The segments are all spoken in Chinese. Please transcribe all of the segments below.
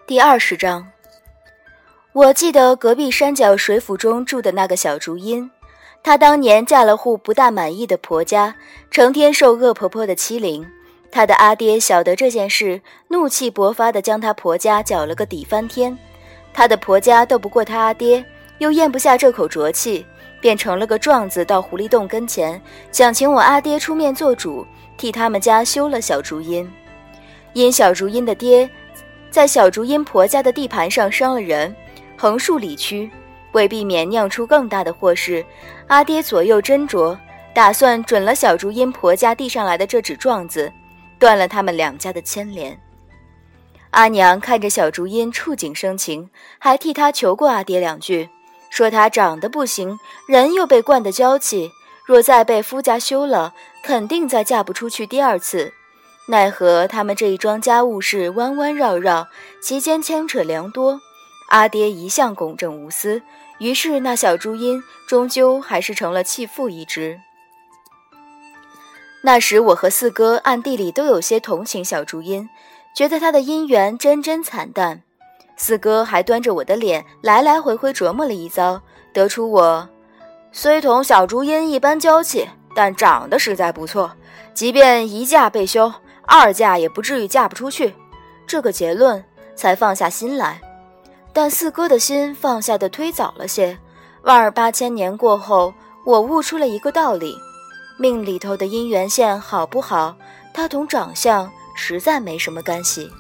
第20章，我记得隔壁山脚水府中住的那个小竹音，她当年嫁了户不大满意的婆家，成天受恶婆婆的欺凌。她的阿爹晓得这件事，怒气勃发地将她婆家搅了个底翻天。她的婆家斗不过她阿爹，又咽不下这口浊气，便成了个状子到狐狸洞跟前，想请我阿爹出面做主，替他们家休了小竹音。因小竹音的爹在小竹音婆家的地盘上伤了人，横竖里区，为避免酿出更大的祸事，阿爹左右斟酌，打算准了小竹音婆家递上来的这纸状子，断了他们两家的牵连。阿娘看着小竹音触景生情，还替他求过阿爹两句，说他长得不行，人又被惯得娇气，若再被夫家休了，肯定再嫁不出去第二次。奈何他们这一桩家务事弯弯绕绕，其间牵扯良多，阿爹一向公正无私，于是那小竹音终究还是成了弃妇一只。那时我和四哥暗地里都有些同情小竹音，觉得她的姻缘真惨淡。四哥还端着我的脸来来回回琢磨了一遭，得出我虽同小竹音一般娇气，但长得实在不错，即便一嫁被休，二嫁也不至于嫁不出去，这个结论才放下心来。但四哥的心放下的忒早了些，万儿8000年过后，我悟出了一个道理，命里头的姻缘线好不好，它同长相实在没什么干系。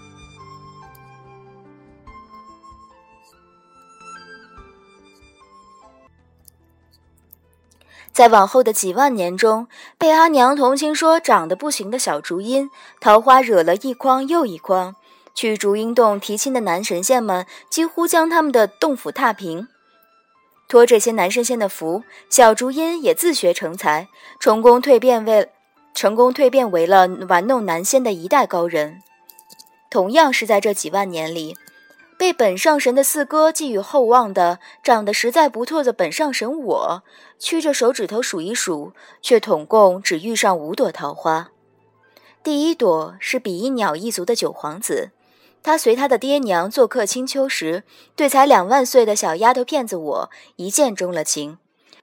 在往后的几万年中，被阿娘同情说长得不行的小竹音，桃花惹了一筐又一筐，去竹音洞提亲的男神仙们几乎将他们的洞府踏平。托这些男神仙的福，小竹音也自学成才，成功蜕变为了玩弄男仙的一代高人。同样是在这几万年里，被本上神的四哥寄予厚望的长得实在不错的本上神我，屈着手指头数一数，却统共只遇上5朵桃花。第1朵是比翼鸟一族的九皇子，他随他的爹娘做客青丘时，对才2万岁的小丫头片子我一见钟了情，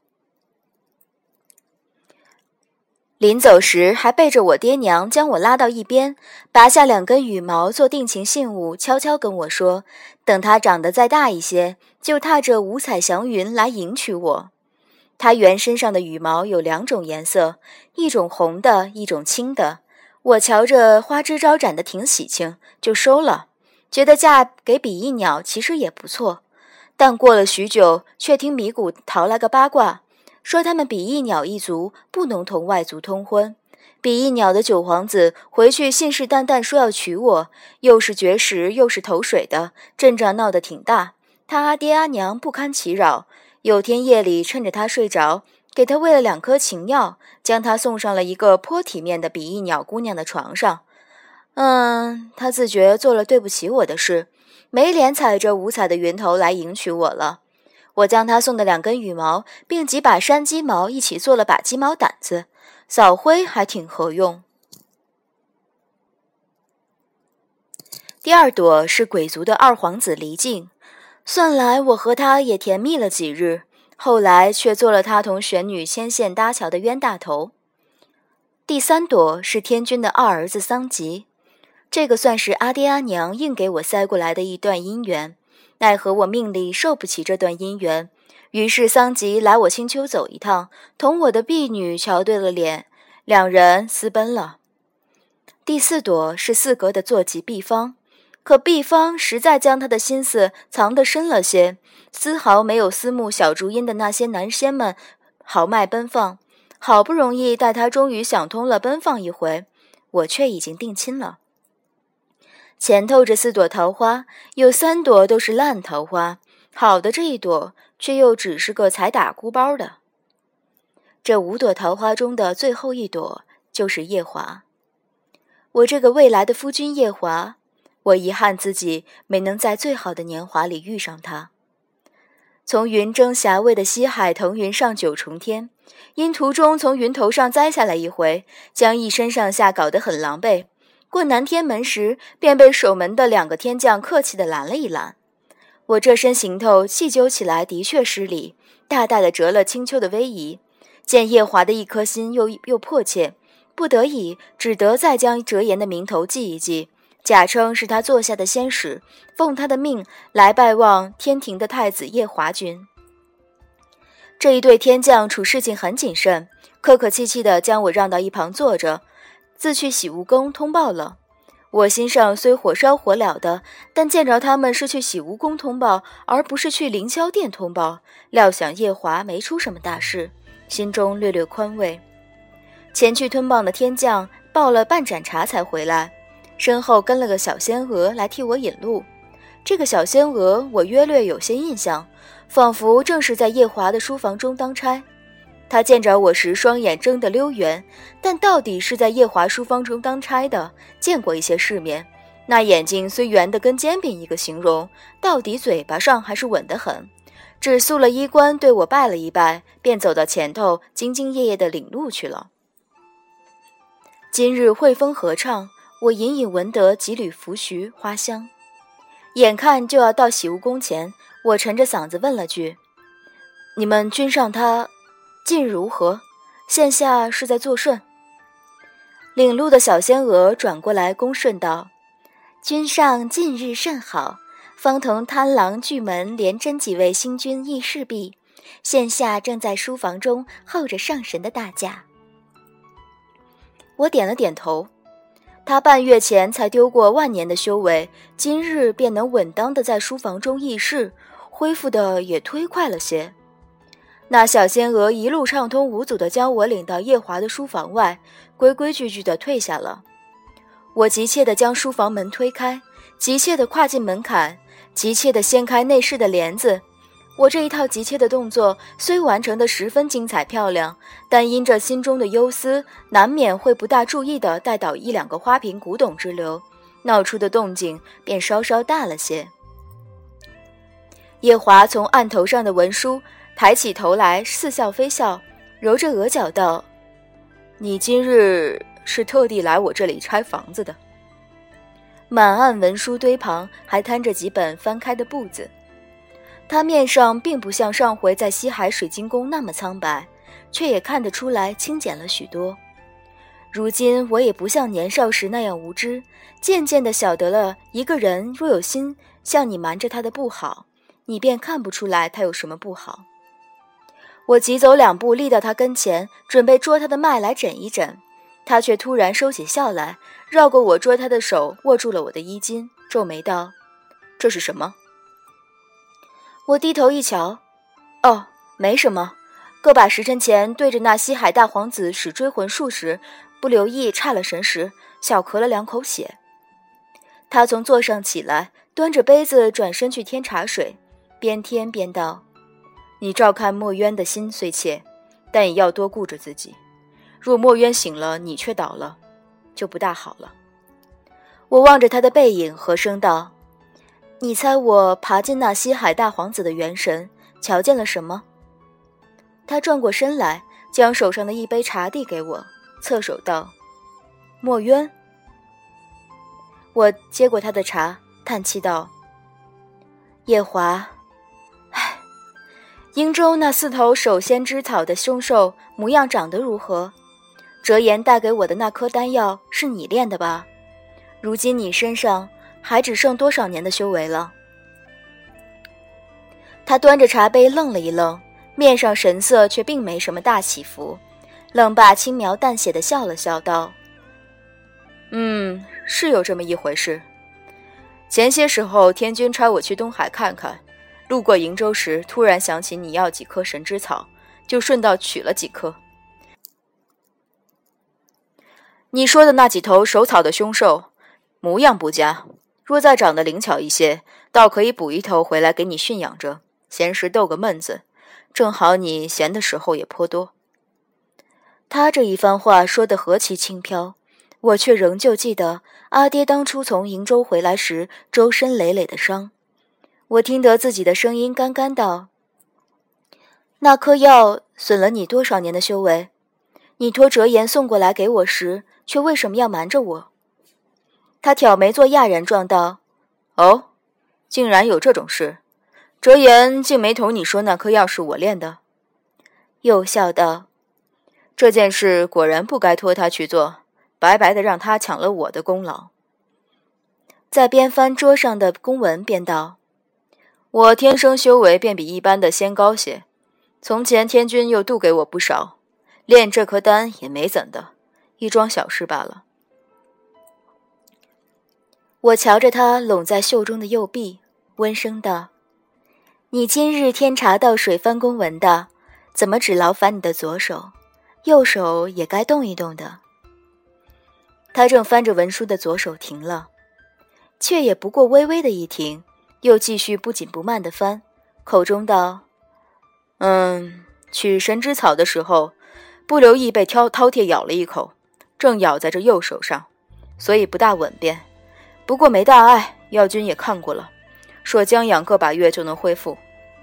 临走时还背着我爹娘将我拉到一边，拔下2根羽毛做定情信物，悄悄跟我说，等他长得再大一些，就踏着五彩祥云来迎娶我。他原身上的羽毛有2种颜色，一种红的，一种青的。我瞧着花枝招展的挺喜庆，就收了，觉得嫁给比翼鸟其实也不错。但过了许久，却听米谷逃来个八卦，说他们比翼鸟一族不能同外族通婚。比翼鸟的九皇子回去信誓旦旦说要娶我，又是绝食又是投水的，阵仗闹得挺大。他阿爹阿娘不堪其扰，有天夜里趁着他睡着，给他喂了2颗情药，将他送上了一个颇体面的比翼鸟姑娘的床上。他自觉做了对不起我的事，没脸踩着五彩的云头来迎娶我了。我将他送的2根羽毛并几把山鸡毛一起做了把鸡毛掸子，扫灰还挺合用。第2朵是鬼族的2皇子离境，算来我和他也甜蜜了几日，后来却做了他同玄女牵线搭桥的冤大头。第3朵是天君的2儿子桑吉，这个算是阿爹阿娘硬给我塞过来的一段姻缘，奈何我命里受不起这段姻缘，于是桑吉来我青丘走一趟，同我的婢女瞧对了脸，2人私奔了。第4朵是四格的坐骑毕方，可毕方实在将他的心思藏得深了些，丝毫没有思慕小竹音的那些男仙们豪迈奔放。好不容易待他终于想通了奔放一回，我却已经定亲了。前头这4朵桃花，有3朵都是烂桃花，好的这一朵却又只是个才打孤包的。这5朵桃花中的最后一朵就是夜华。我这个未来的夫君夜华，我遗憾自己没能在最好的年华里遇上他。从云蒸霞蔚的西海腾云上9重天，因途中从云头上栽下来一回，将一身上下搞得很狼狈， 过南天门时，便被守门的2个天将客气地拦了一拦。我这身行头细究起来的确失礼，大大的折了青丘的威仪。见夜华的一颗心又迫切，不得已只得再将折颜的名头记一记，假称是他座下的仙使，奉他的命来拜望天庭的太子夜华君。这一对天将处事情很谨慎，客客气气地将我让到一旁坐着，自去洗梧宫通报了。我心上虽火烧火燎的，但见着他们是去洗梧宫通报，而不是去凌霄殿通报，料想夜华没出什么大事，心中略略宽慰。前去吞报的天将抱了半盏茶才回来，身后跟了个小仙娥来替我引路。这个小仙娥我约略有些印象，仿佛正是在夜华的书房中当差。他见着我时双眼睁得溜圆，但到底是在夜华书房中当差的，见过一些世面。那眼睛虽圆得跟煎饼一个形容，到底嘴巴上还是稳得很。只肃了衣冠，对我拜了一拜，便走到前头，兢兢业业地领路去了。今日惠风和畅，我隐隐闻得几缕拂徐花香。眼看就要到洗梧宫前，我沉着嗓子问了句：“你们君上他近日如何？现下是在作甚？”领路的小仙娥转过来恭顺道：“君上近日甚好，方同贪狼巨门连真几位星君议事毕，现下正在书房中候着上神的大驾。”我点了点头。他半月前才丢过万年的修为，今日便能稳当的在书房中议事，恢复的也忒快了些。那小仙娥一路畅通无阻地将我领到夜华的书房外，规规矩矩地退下了。我急切地将书房门推开，急切地跨进门槛，急切地掀开内室的帘子。我这一套急切的动作虽完成得十分精彩漂亮，但因着心中的忧思，难免会不大注意地带倒1-2个花瓶古董之流，闹出的动静便稍稍大了些。夜华从案头上的文书抬起头来，似笑非笑，揉着额角道：“你今日是特地来我这里拆房子的。”满案文书堆旁还摊着几本翻开的簿子。他面上并不像上回在西海水晶宫那么苍白，却也看得出来清简了许多。如今我也不像年少时那样无知，渐渐地晓得了，一个人若有心向你瞒着他的不好，你便看不出来他有什么不好。我急走2步立到他跟前，准备捉他的脉来诊一诊，他却突然收起笑来，绕过我捉他的手，握住了我的衣襟，皱眉道：“这是什么？”我低头一瞧，哦，没什么，个把时辰前对着那西海大皇子使追魂术时，不留意差了神时，小咳了2口血。他从座上起来，端着杯子转身去添茶水，边添边道：“你照看墨渊的心虽切，但也要多顾着自己。若墨渊醒了，你却倒了，就不大好了。”我望着他的背影，和声道：“你猜我爬进那西海大皇子的元神，瞧见了什么？”他转过身来，将手上的一杯茶递给我，侧手道：“墨渊。”我接过他的茶，叹气道：“夜华，唉，瀛州那4头守仙之草的凶兽模样长得如何？折颜带给我的那颗丹药是你炼的吧？如今你身上还只剩多少年的修为了？”他端着茶杯愣了一愣，面上神色却并没什么大起伏，冷罢轻描淡写地笑了笑道：“是有这么一回事。前些时候天君差我去东海看看，路过瀛州时突然想起你要几棵神之草，就顺道取了几棵。你说的那几头守草的凶兽模样不佳，若再长得灵巧一些，倒可以补一头回来给你驯养着，闲时逗个闷子，正好你闲的时候也颇多。”他这一番话说得何其轻飘，我却仍旧记得阿爹当初从瀛州回来时周身累累的伤。我听得自己的声音干干道：“那颗药损了你多少年的修为？你托折颜送过来给我时，却为什么要瞒着我？” 他挑眉做讶然状道：“哦，竟然有这种事。折颜竟没同你说那颗药是我炼的。”又笑道：“这件事果然不该托他去做，白白的让他抢了我的功劳。”在边翻桌上的公文便道：“我天生修为便比一般的仙高些，从前天君又渡给我不少，炼这颗丹也没怎的，一桩小事罢了。”我瞧着他拢在袖中的右臂，温声道：“你今日天茶倒水翻公文的，怎么只劳烦你的左手，右手也该动一动的。”他正翻着文书的左手停了，却也不过微微的一停，又继续不紧不慢地翻，口中道：“取神之草的时候，不留意被饕餮咬了一口，正咬在这右手上，所以不大稳便。不过没大碍，药君也看过了，说将养个把月就能恢复。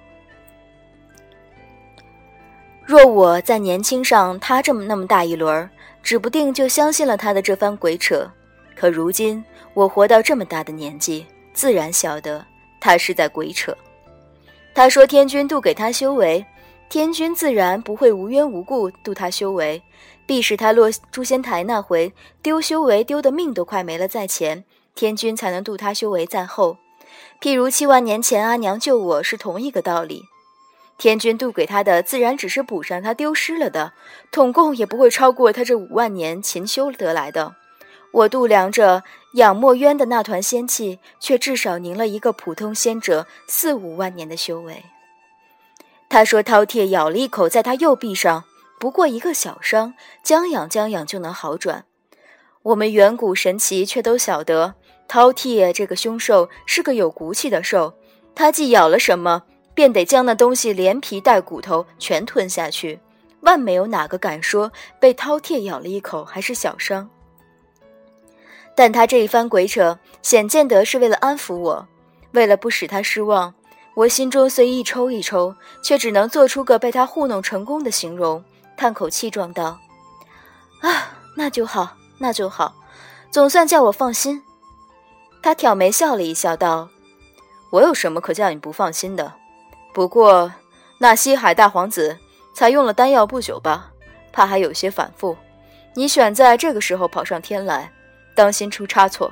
若我在年轻上他那么大一轮，指不定就相信了他的这番鬼扯。可如今我活到这么大的年纪，自然晓得他是在鬼扯。他说天君渡给他修为，天君自然不会无缘无故渡他修为，必是他落诛仙台那回丢修为丢的命都快没了在前，天君才能渡他修为在后。譬如7万年前阿娘救我是同一个道理，天君渡给他的自然只是补上他丢失了的，统共也不会超过他这5万年勤修得来的。我度量着养墨渊的那团仙气，却至少凝了一个普通仙者4、5万年的修为。他说饕餮咬了一口在他右臂上，不过一个小伤，将养就能好转。我们远古神奇却都晓得，饕餮这个凶兽是个有骨气的兽，它既咬了什么，便得将那东西连皮带骨头全吞下去，万没有哪个敢说被饕餮咬了一口还是小伤。但他这一番鬼扯，显见得是为了安抚我，为了不使他失望，我心中虽一抽一抽，却只能做出个被他糊弄成功的形容，叹口气状道：“啊，那就好，那就好，总算叫我放心。”他挑眉笑了一笑道：“我有什么可叫你不放心的？不过那西海大皇子才用了丹药不久吧，怕还有些反复，你选在这个时候跑上天来，当心出差错。”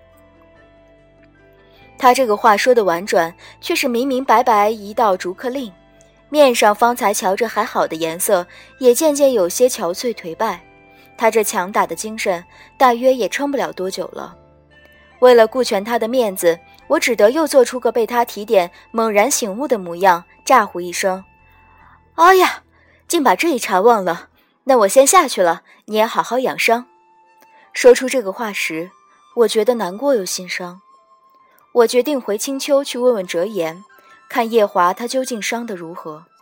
他这个话说的婉转，却是明明白白一道逐客令，面上方才瞧着还好的颜色，也渐渐有些憔悴颓败。他这强大的精神，大约也撑不了多久了。为了顾全他的面子，我只得又做出个被他提点猛然醒悟的模样，咋呼一声：“哎呀，竟把这一茬忘了，那我先下去了，你也好好养伤。”说出这个话时，我觉得难过又心伤。我决定回青丘去问问折颜，看夜华他究竟伤得如何。